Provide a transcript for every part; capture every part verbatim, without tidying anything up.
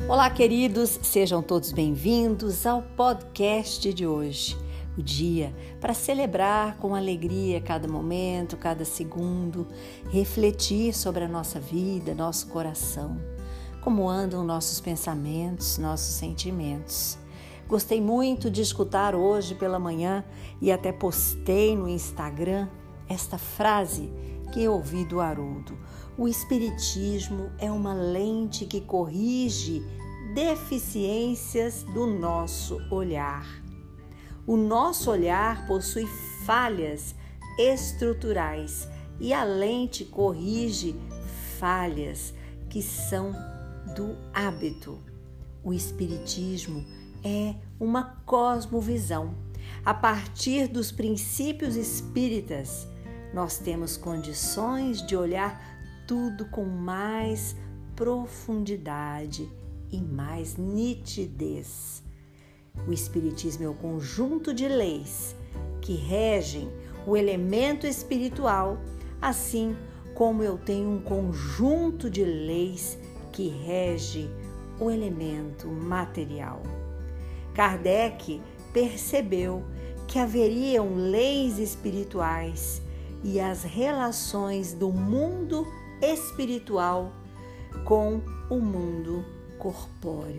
Olá, queridos, sejam todos bem-vindos ao podcast de hoje. O dia para celebrar com alegria cada momento, cada segundo, refletir sobre a nossa vida, nosso coração, como andam nossos pensamentos, nossos sentimentos. Gostei muito de escutar hoje pela manhã e até postei no Instagram esta frase que eu ouvi do Haroldo. O Espiritismo é uma lente que corrige deficiências do nosso olhar. O nosso olhar possui falhas estruturais e a lente corrige falhas que são do hábito. O Espiritismo é uma cosmovisão. A partir dos princípios espíritas, nós temos condições de olhar tudo com mais profundidade e mais nitidez. O Espiritismo é o conjunto de leis que regem o elemento espiritual, assim como eu tenho um conjunto de leis que rege o elemento material. Kardec percebeu que haveriam leis espirituais e as relações do mundo espiritual com o mundo corpóreo.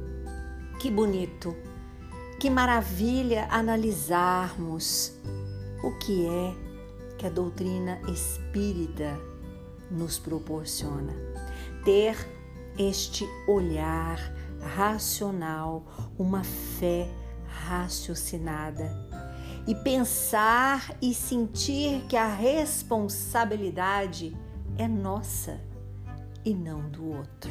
Que bonito, que maravilha analisarmos o que é que a doutrina espírita nos proporciona. Ter este olhar racional, uma fé raciocinada e pensar e sentir que a responsabilidade é nossa e não do outro.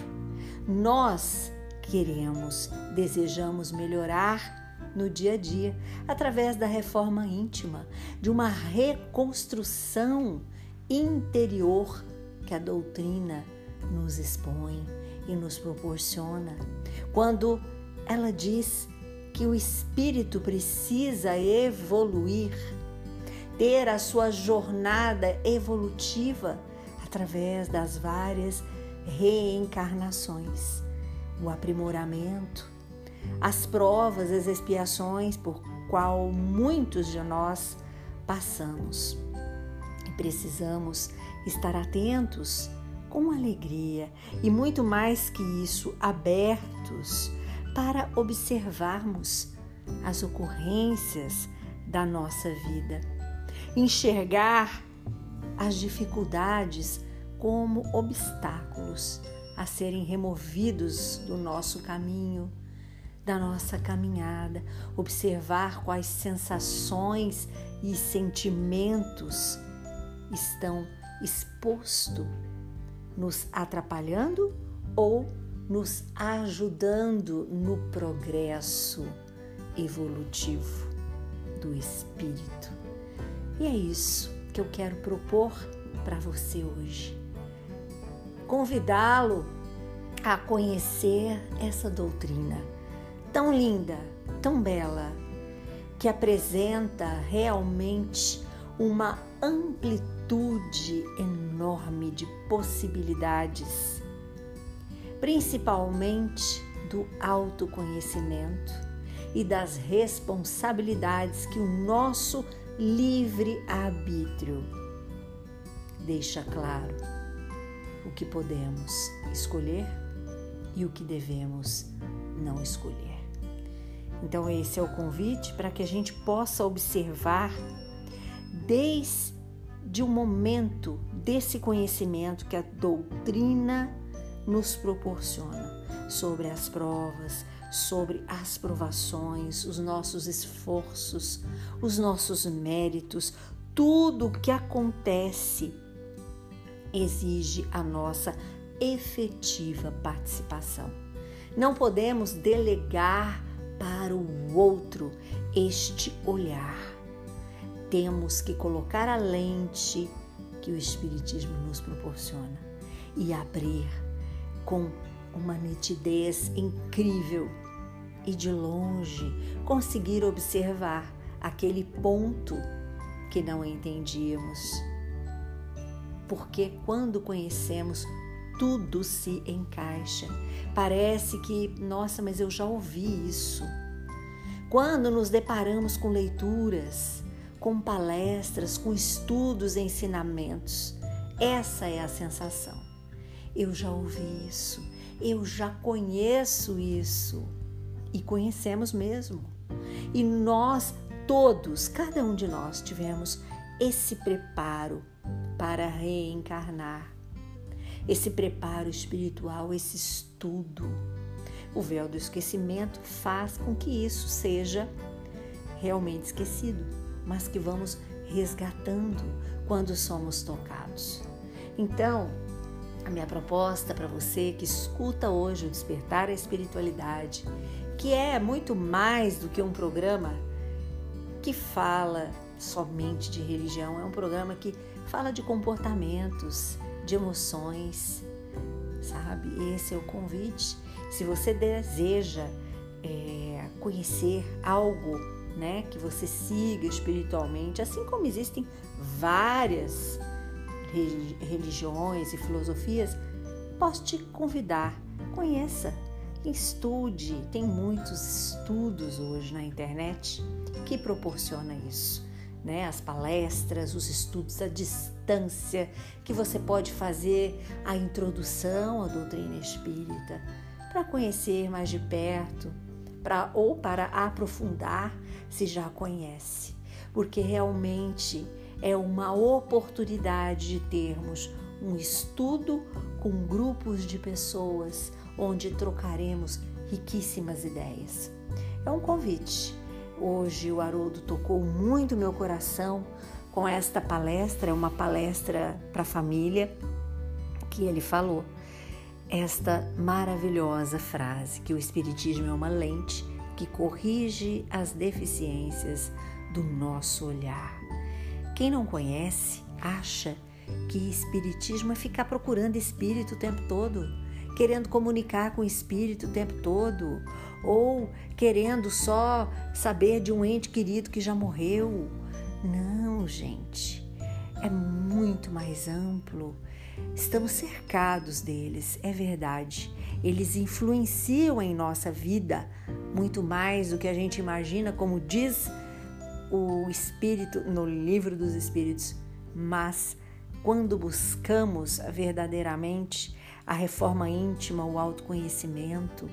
Nós queremos, desejamos melhorar no dia a dia através da reforma íntima, de uma reconstrução interior que a doutrina nos expõe e nos proporciona. Quando ela diz que o espírito precisa evoluir, ter a sua jornada evolutiva através das várias reencarnações, o aprimoramento, as provas, as expiações por qual muitos de nós passamos. E precisamos estar atentos, com alegria e muito mais que isso, abertos para observarmos as ocorrências da nossa vida, enxergar as dificuldades como obstáculos a serem removidos do nosso caminho, da nossa caminhada, observar quais sensações e sentimentos estão expostos, nos atrapalhando ou nos ajudando no progresso evolutivo do espírito. E é isso que eu quero propor para você hoje. Convidá-lo a conhecer essa doutrina tão linda, tão bela, que apresenta realmente uma amplitude enorme de possibilidades, principalmente do autoconhecimento e das responsabilidades que o nosso livre-arbítrio deixa claro o que podemos escolher e o que devemos não escolher. Então esse é o convite para que a gente possa observar desde o momento desse conhecimento que a doutrina nos proporciona sobre as provas, sobre as provações, os nossos esforços, os nossos méritos, tudo o que acontece exige a nossa efetiva participação. Não podemos delegar para o outro este olhar. Temos que colocar a lente que o Espiritismo nos proporciona e abrir com uma nitidez incrível e de longe conseguir observar aquele ponto que não entendíamos. Porque quando conhecemos tudo se encaixa. Parece que, nossa, mas eu já ouvi isso. Quando nos deparamos com leituras, com palestras, com estudos e ensinamentos, essa é a sensação. Eu já ouvi isso, eu já conheço isso. E conhecemos mesmo. E nós todos, cada um de nós, tivemos esse preparo para reencarnar. Esse preparo espiritual, esse estudo. O véu do esquecimento faz com que isso seja realmente esquecido, mas que vamos resgatando quando somos tocados. Então, a minha proposta para você que escuta hoje o Despertar a Espiritualidade, que é muito mais do que um programa que fala somente de religião, é um programa que fala de comportamentos, de emoções, sabe? Esse é o convite. Se você deseja é, conhecer algo, né, que você siga espiritualmente, assim como existem várias religiões e filosofias, posso te convidar, conheça, estude. Tem muitos estudos hoje na internet que proporcionam isso, né? As palestras, os estudos à distância, que você pode fazer a introdução à doutrina espírita para conhecer mais de perto, pra, ou para aprofundar se já conhece, porque realmente é uma oportunidade de termos um estudo com grupos de pessoas onde trocaremos riquíssimas ideias. É um convite. Hoje o Haroldo tocou muito meu coração com esta palestra, é uma palestra para a família, que ele falou esta maravilhosa frase, que o Espiritismo é uma lente que corrige as deficiências do nosso olhar. Quem não conhece acha que Espiritismo é ficar procurando espírito o tempo todo, querendo comunicar com o espírito o tempo todo, ou querendo só saber de um ente querido que já morreu. Não, gente, é muito mais amplo. Estamos cercados deles, é verdade. Eles influenciam em nossa vida muito mais do que a gente imagina, como diz o Espírito no Livro dos Espíritos. Mas quando buscamos verdadeiramente a reforma íntima, o autoconhecimento,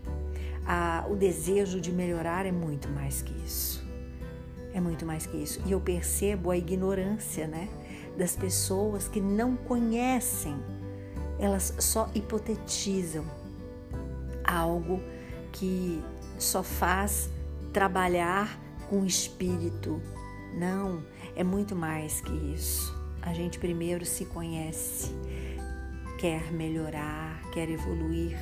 a, o desejo de melhorar, é muito mais que isso. É muito mais que isso. E eu percebo a ignorância, né, das pessoas que não conhecem. Elas só hipotetizam algo que só faz trabalhar com o espírito. Não, é muito mais que isso. A gente primeiro se conhece, quer melhorar, quer evoluir,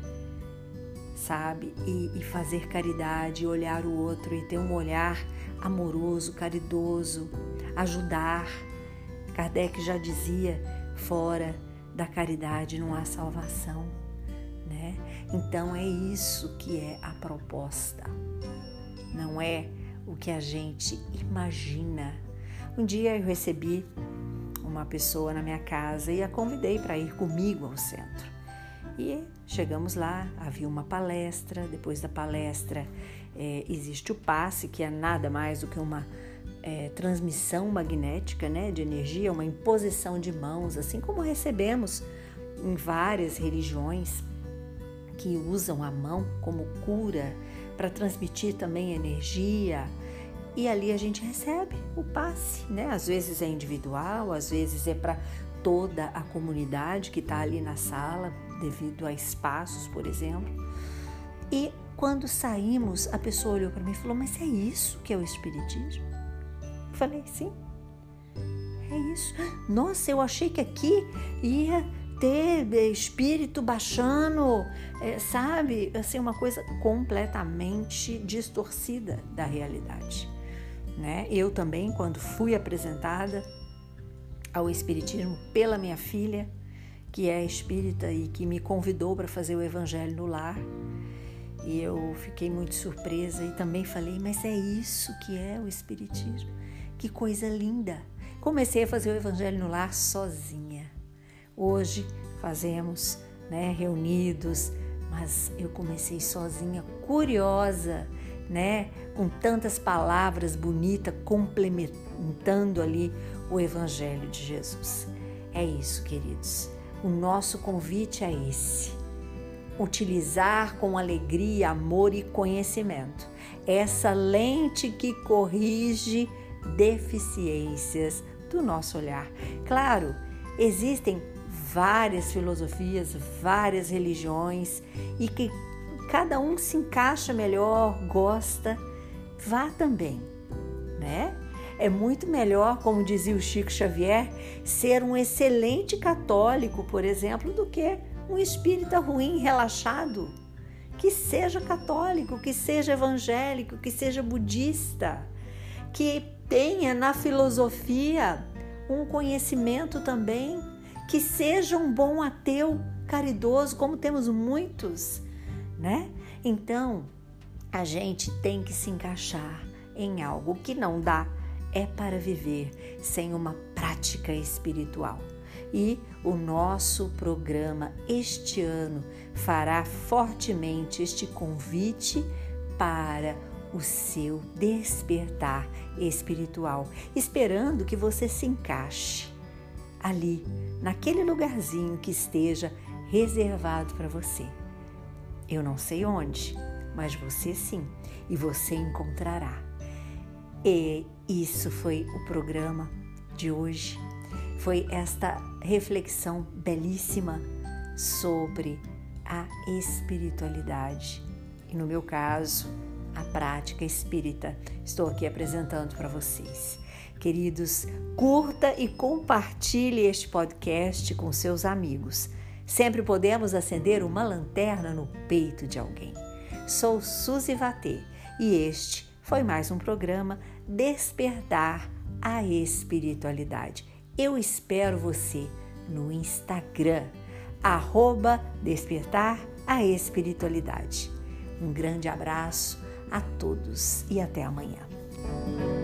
sabe? E, e fazer caridade, olhar o outro e ter um olhar amoroso, caridoso, ajudar. Kardec já dizia, fora da caridade não há salvação, né? Então é isso que é a proposta, não é o que a gente imagina. Um dia eu recebi uma pessoa na minha casa e a convidei para ir comigo ao centro. E chegamos lá, havia uma palestra. Depois da palestra é, existe o passe, que é nada mais do que uma é, transmissão magnética, né, de energia, uma imposição de mãos, assim como recebemos em várias religiões que usam a mão como cura para transmitir também energia. E ali a gente recebe o passe, né? Às vezes é individual, às vezes é para toda a comunidade que está ali na sala, devido a espaços, por exemplo. E quando saímos, a pessoa olhou para mim e falou: mas é isso que é o Espiritismo? Eu falei: sim, é isso. Nossa, eu achei que aqui ia ter espírito baixando, é, sabe? Assim, uma coisa completamente distorcida da realidade, né? Eu também, quando fui apresentada ao Espiritismo pela minha filha, que é espírita e que me convidou para fazer o Evangelho no Lar, e eu fiquei muito surpresa e também falei: mas é isso que é o Espiritismo? Que coisa linda! Comecei a fazer o Evangelho no Lar sozinha. Hoje fazemos, né, reunidos, mas eu comecei sozinha, curiosa, né, com tantas palavras bonitas, complementando ali o Evangelho de Jesus. É isso, queridos. O nosso convite é esse: utilizar com alegria, amor e conhecimento essa lente que corrige deficiências do nosso olhar. Claro, existem várias filosofias, várias religiões e que cada um se encaixa melhor, gosta, vá também, né? É muito melhor, como dizia o Chico Xavier, ser um excelente católico, por exemplo, do que um espírita ruim, relaxado. Que seja católico, que seja evangélico, que seja budista, que tenha na filosofia um conhecimento também, que seja um bom ateu caridoso, como temos muitos, né? Então, a gente tem que se encaixar em algo que não dá é para viver sem uma prática espiritual. E o nosso programa este ano fará fortemente este convite para o seu despertar espiritual, esperando que você se encaixe ali, naquele lugarzinho que esteja reservado para você. Eu não sei onde, mas você sim, e você encontrará. E isso foi o programa de hoje. Foi esta reflexão belíssima sobre a espiritualidade. E no meu caso, a prática espírita. Estou aqui apresentando para vocês. Queridos, curta e compartilhe este podcast com seus amigos. Sempre podemos acender uma lanterna no peito de alguém. Sou Suzy Vatê e este foi mais um programa Despertar a Espiritualidade. Eu espero você no Instagram, arroba Despertar a Espiritualidade. Um grande abraço a todos e até amanhã.